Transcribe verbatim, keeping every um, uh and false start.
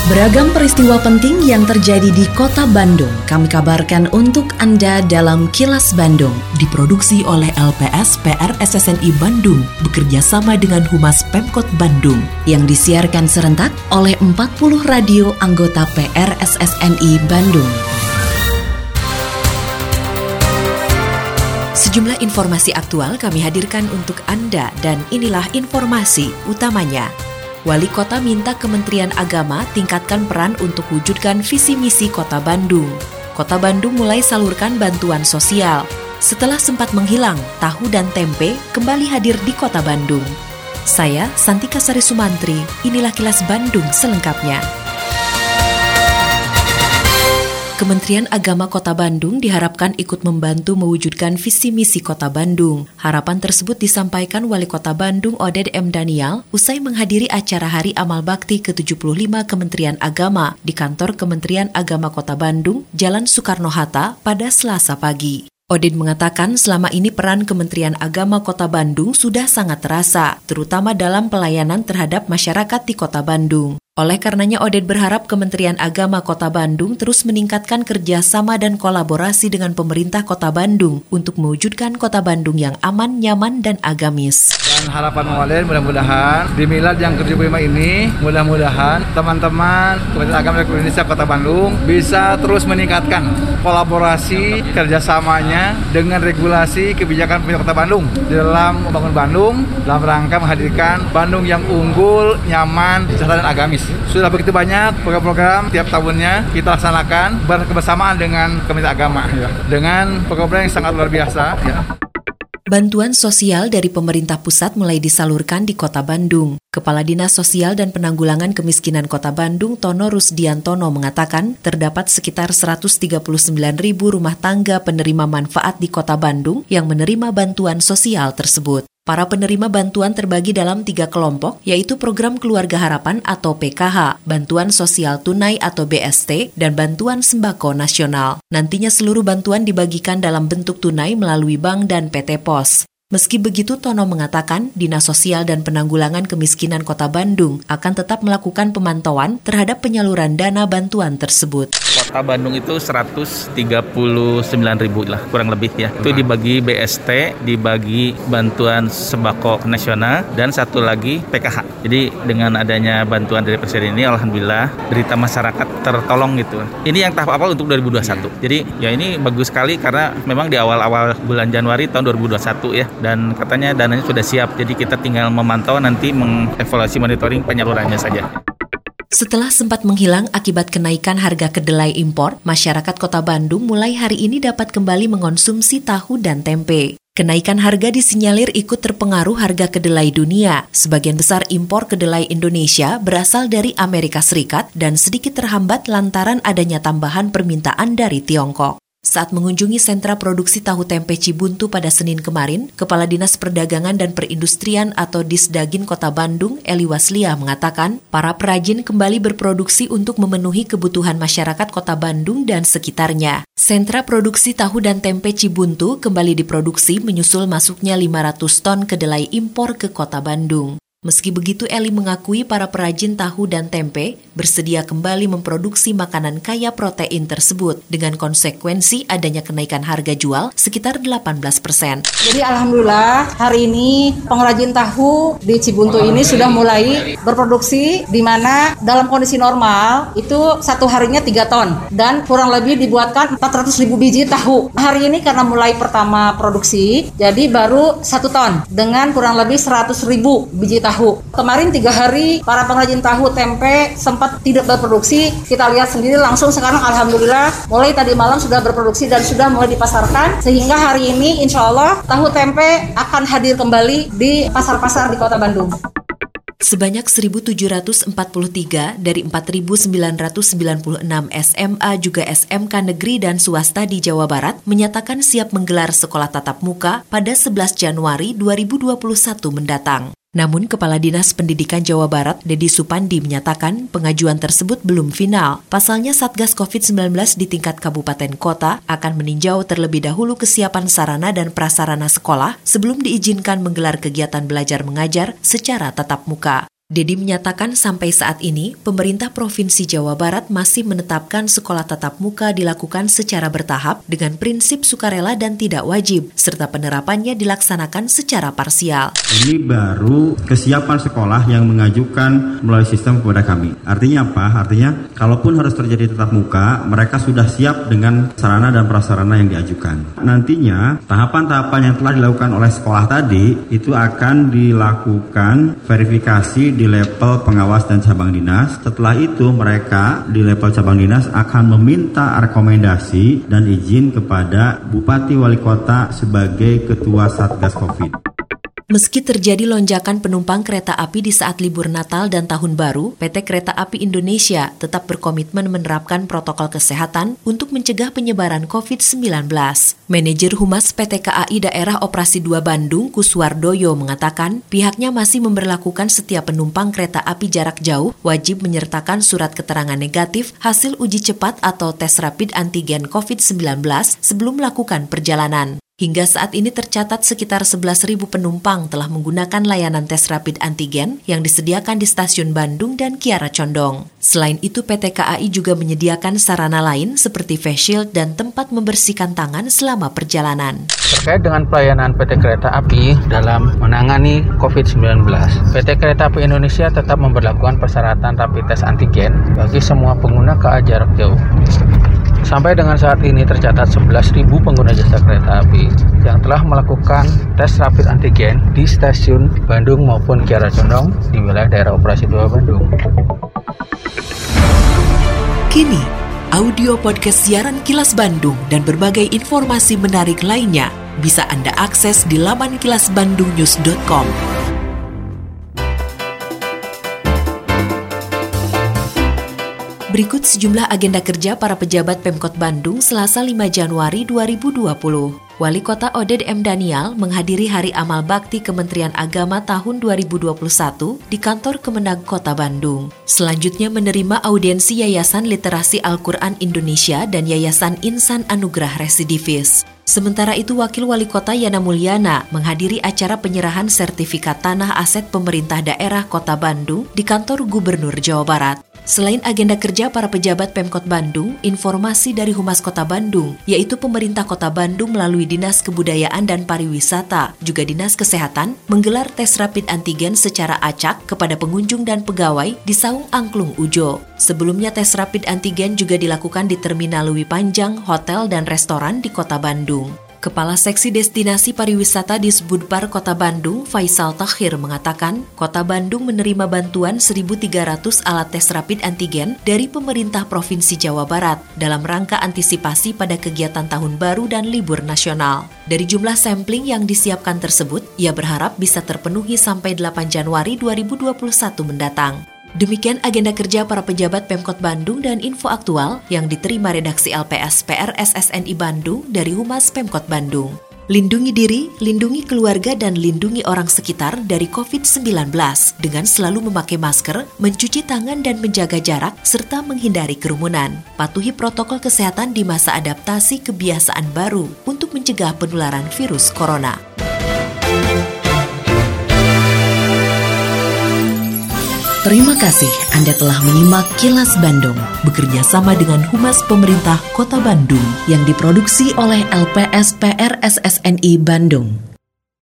Beragam peristiwa penting yang terjadi di Kota Bandung kami kabarkan untuk Anda dalam Kilas Bandung. Diproduksi oleh L P S P R S S N I Bandung bekerja sama dengan Humas Pemkot Bandung yang disiarkan serentak oleh empat puluh radio anggota P R S S N I Bandung. Sejumlah informasi aktual kami hadirkan untuk Anda dan inilah informasi utamanya. Wali Kota minta Kementerian Agama tingkatkan peran untuk wujudkan visi misi Kota Bandung. Kota Bandung mulai salurkan bantuan sosial. Setelah sempat menghilang, tahu dan tempe kembali hadir di Kota Bandung. Saya Santika Sari Sumantri, inilah Kilas Bandung selengkapnya. Kementerian Agama Kota Bandung diharapkan ikut membantu mewujudkan visi misi Kota Bandung. Harapan tersebut disampaikan Wali Kota Bandung Oded M. Daniel usai menghadiri acara Hari Amal Bakti ke tujuh puluh lima Kementerian Agama di kantor Kementerian Agama Kota Bandung, Jalan Soekarno-Hatta pada Selasa pagi. Oded mengatakan selama ini peran Kementerian Agama Kota Bandung sudah sangat terasa, terutama dalam pelayanan terhadap masyarakat di Kota Bandung. Oleh karenanya Oded berharap Kementerian Agama Kota Bandung terus meningkatkan kerjasama dan kolaborasi dengan pemerintah Kota Bandung untuk mewujudkan Kota Bandung yang aman, nyaman, dan agamis. Dan harapan Oded mudah-mudahan di Milad yang ke tujuh puluh lima ini, mudah-mudahan teman-teman Kementerian Agama Republik Indonesia Kota Bandung bisa terus meningkatkan kolaborasi kerjasamanya dengan regulasi kebijakan pemerintah Kota Bandung dalam membangun Bandung dalam rangka menghadirkan Bandung yang unggul, nyaman, sejahtera, dan agamis. Sudah begitu banyak program-program tiap tahunnya kita laksanakan berkebersamaan dengan Kementerian Agama ya. Dengan program yang sangat luar biasa ya. Bantuan sosial dari pemerintah pusat mulai disalurkan di Kota Bandung. Kepala Dinas Sosial dan Penanggulangan Kemiskinan Kota Bandung, Tono Rusdiantono, mengatakan terdapat sekitar seratus tiga puluh sembilan ribu rumah tangga penerima manfaat di Kota Bandung yang menerima bantuan sosial tersebut. Para penerima bantuan terbagi dalam tiga kelompok, yaitu Program Keluarga Harapan atau P K H, Bantuan Sosial Tunai atau B S T, dan Bantuan Sembako Nasional. Nantinya seluruh bantuan dibagikan dalam bentuk tunai melalui bank dan P T Pos. Meski begitu, Tono mengatakan Dinas Sosial dan Penanggulangan Kemiskinan Kota Bandung akan tetap melakukan pemantauan terhadap penyaluran dana bantuan tersebut. Kota Bandung itu seratus tiga puluh sembilan ribu lah kurang lebih ya. Itu dibagi B S T, dibagi bantuan sembako nasional, dan satu lagi P K H. Jadi dengan adanya bantuan dari Presiden ini, alhamdulillah derita masyarakat tertolong gitu. Ini yang tahap awal untuk dua ribu dua puluh satu. Jadi ya ini bagus sekali karena memang di awal-awal bulan Januari tahun dua ribu dua puluh satu ya. Dan katanya dananya sudah siap, jadi kita tinggal memantau nanti mengevaluasi monitoring penyalurannya saja. Setelah sempat menghilang akibat kenaikan harga kedelai impor, masyarakat Kota Bandung mulai hari ini dapat kembali mengonsumsi tahu dan tempe. Kenaikan harga disinyalir ikut terpengaruh harga kedelai dunia. Sebagian besar impor kedelai Indonesia berasal dari Amerika Serikat dan sedikit terhambat lantaran adanya tambahan permintaan dari Tiongkok. Saat mengunjungi sentra produksi tahu tempe Cibuntu pada Senin kemarin, Kepala Dinas Perdagangan dan Perindustrian atau Disdagin Kota Bandung, Eli Waslia, mengatakan para perajin kembali berproduksi untuk memenuhi kebutuhan masyarakat Kota Bandung dan sekitarnya. Sentra produksi tahu dan tempe Cibuntu kembali diproduksi menyusul masuknya lima ratus ton kedelai impor ke Kota Bandung. Meski begitu, Eli mengakui para perajin tahu dan tempe bersedia kembali memproduksi makanan kaya protein tersebut dengan konsekuensi adanya kenaikan harga jual sekitar delapan belas persen. Jadi alhamdulillah hari ini pengrajin tahu di Cibuntu ini sudah mulai berproduksi, di mana dalam kondisi normal itu satu harinya tiga ton dan kurang lebih dibuatkan empat ratus ribu biji tahu. Hari ini karena mulai pertama produksi jadi baru satu ton dengan kurang lebih seratus ribu biji tahu. Kemarin tiga hari para pengrajin tahu tempe sempat tidak berproduksi. Kita lihat sendiri langsung sekarang alhamdulillah mulai tadi malam sudah berproduksi dan sudah mulai dipasarkan. Sehingga hari ini insya Allah tahu tempe akan hadir kembali di pasar-pasar di Kota Bandung. Sebanyak seribu tujuh ratus empat puluh tiga dari empat ribu sembilan ratus sembilan puluh enam S M A juga S M K negeri dan swasta di Jawa Barat menyatakan siap menggelar sekolah tatap muka pada sebelas Januari dua ribu dua puluh satu mendatang. Namun, Kepala Dinas Pendidikan Jawa Barat, Dedi Supandi, menyatakan pengajuan tersebut belum final. Pasalnya, Satgas covid sembilan belas di tingkat kabupaten kota akan meninjau terlebih dahulu kesiapan sarana dan prasarana sekolah sebelum diizinkan menggelar kegiatan belajar mengajar secara tatap muka. Dedi menyatakan sampai saat ini, pemerintah Provinsi Jawa Barat masih menetapkan sekolah tatap muka dilakukan secara bertahap dengan prinsip sukarela dan tidak wajib, serta penerapannya dilaksanakan secara parsial. Ini baru kesiapan sekolah yang mengajukan melalui sistem kepada kami. Artinya apa? Artinya, kalaupun harus terjadi tatap muka, mereka sudah siap dengan sarana dan prasarana yang diajukan. Nantinya, tahapan-tahapan yang telah dilakukan oleh sekolah tadi, itu akan dilakukan verifikasi di level pengawas dan cabang dinas. Setelah itu mereka di level cabang dinas akan meminta rekomendasi dan izin kepada Bupati Wali Kota sebagai Ketua Satgas Covid. Meski terjadi lonjakan penumpang kereta api di saat libur Natal dan Tahun Baru, P T Kereta Api Indonesia tetap berkomitmen menerapkan protokol kesehatan untuk mencegah penyebaran covid sembilan belas. Manajer Humas P T K A I Daerah Operasi dua Bandung, Kuswardoyo, mengatakan pihaknya masih memberlakukan setiap penumpang kereta api jarak jauh wajib menyertakan surat keterangan negatif hasil uji cepat atau tes rapid antigen covid sembilan belas sebelum melakukan perjalanan. Hingga saat ini tercatat sekitar sebelas ribu penumpang telah menggunakan layanan tes rapid antigen yang disediakan di stasiun Bandung dan Kiara Condong. Selain itu, P T K A I juga menyediakan sarana lain seperti face shield dan tempat membersihkan tangan selama perjalanan. Terkait dengan pelayanan P T Kereta Api dalam menangani covid sembilan belas, P T Kereta Api Indonesia tetap memberlakukan persyaratan rapid test antigen bagi semua pengguna K A jarak jauh. Sampai dengan saat ini tercatat sebelas ribu pengguna jasa kereta api yang telah melakukan tes rapid antigen di stasiun Bandung maupun Kiara Condong di wilayah daerah operasi dua Bandung. Kini, audio podcast siaran Kilas Bandung dan berbagai informasi menarik lainnya bisa Anda akses di laman kilas bandung news dot com. Berikut sejumlah agenda kerja para pejabat Pemkot Bandung Selasa lima Januari dua ribu dua puluh. Wali Kota Oded M. Daniel menghadiri Hari Amal Bakti Kementerian Agama tahun dua ribu dua puluh satu di kantor Kemenag Kota Bandung. Selanjutnya menerima audiensi Yayasan Literasi Al-Quran Indonesia dan Yayasan Insan Anugerah Residivis. Sementara itu, Wakil Wali Kota Yana Mulyana menghadiri acara penyerahan sertifikat tanah aset pemerintah daerah Kota Bandung di kantor Gubernur Jawa Barat. Selain agenda kerja para pejabat Pemkot Bandung, informasi dari Humas Kota Bandung, yaitu pemerintah Kota Bandung melalui Dinas Kebudayaan dan Pariwisata, juga Dinas Kesehatan, menggelar tes rapid antigen secara acak kepada pengunjung dan pegawai di Saung Angklung Ujo. Sebelumnya tes rapid antigen juga dilakukan di Terminal Lewi Panjang, hotel dan restoran di Kota Bandung. Kepala Seksi Destinasi Pariwisata di Sbudpar Kota Bandung, Faisal Takhir, mengatakan Kota Bandung menerima bantuan seribu tiga ratus alat tes rapid antigen dari pemerintah Provinsi Jawa Barat dalam rangka antisipasi pada kegiatan Tahun Baru dan libur nasional. Dari jumlah sampling yang disiapkan tersebut, ia berharap bisa terpenuhi sampai delapan Januari dua ribu dua puluh satu mendatang. Demikian agenda kerja para pejabat Pemkot Bandung dan info aktual yang diterima redaksi L P S P R S S N I Bandung dari Humas Pemkot Bandung. Lindungi diri, lindungi keluarga, dan lindungi orang sekitar dari covid sembilan belas dengan selalu memakai masker, mencuci tangan dan menjaga jarak, serta menghindari kerumunan. Patuhi protokol kesehatan di masa adaptasi kebiasaan baru untuk mencegah penularan virus corona. Terima kasih Anda telah menyimak Kilas Bandung bekerja sama dengan Humas Pemerintah Kota Bandung yang diproduksi oleh L P S P R S S N I Bandung.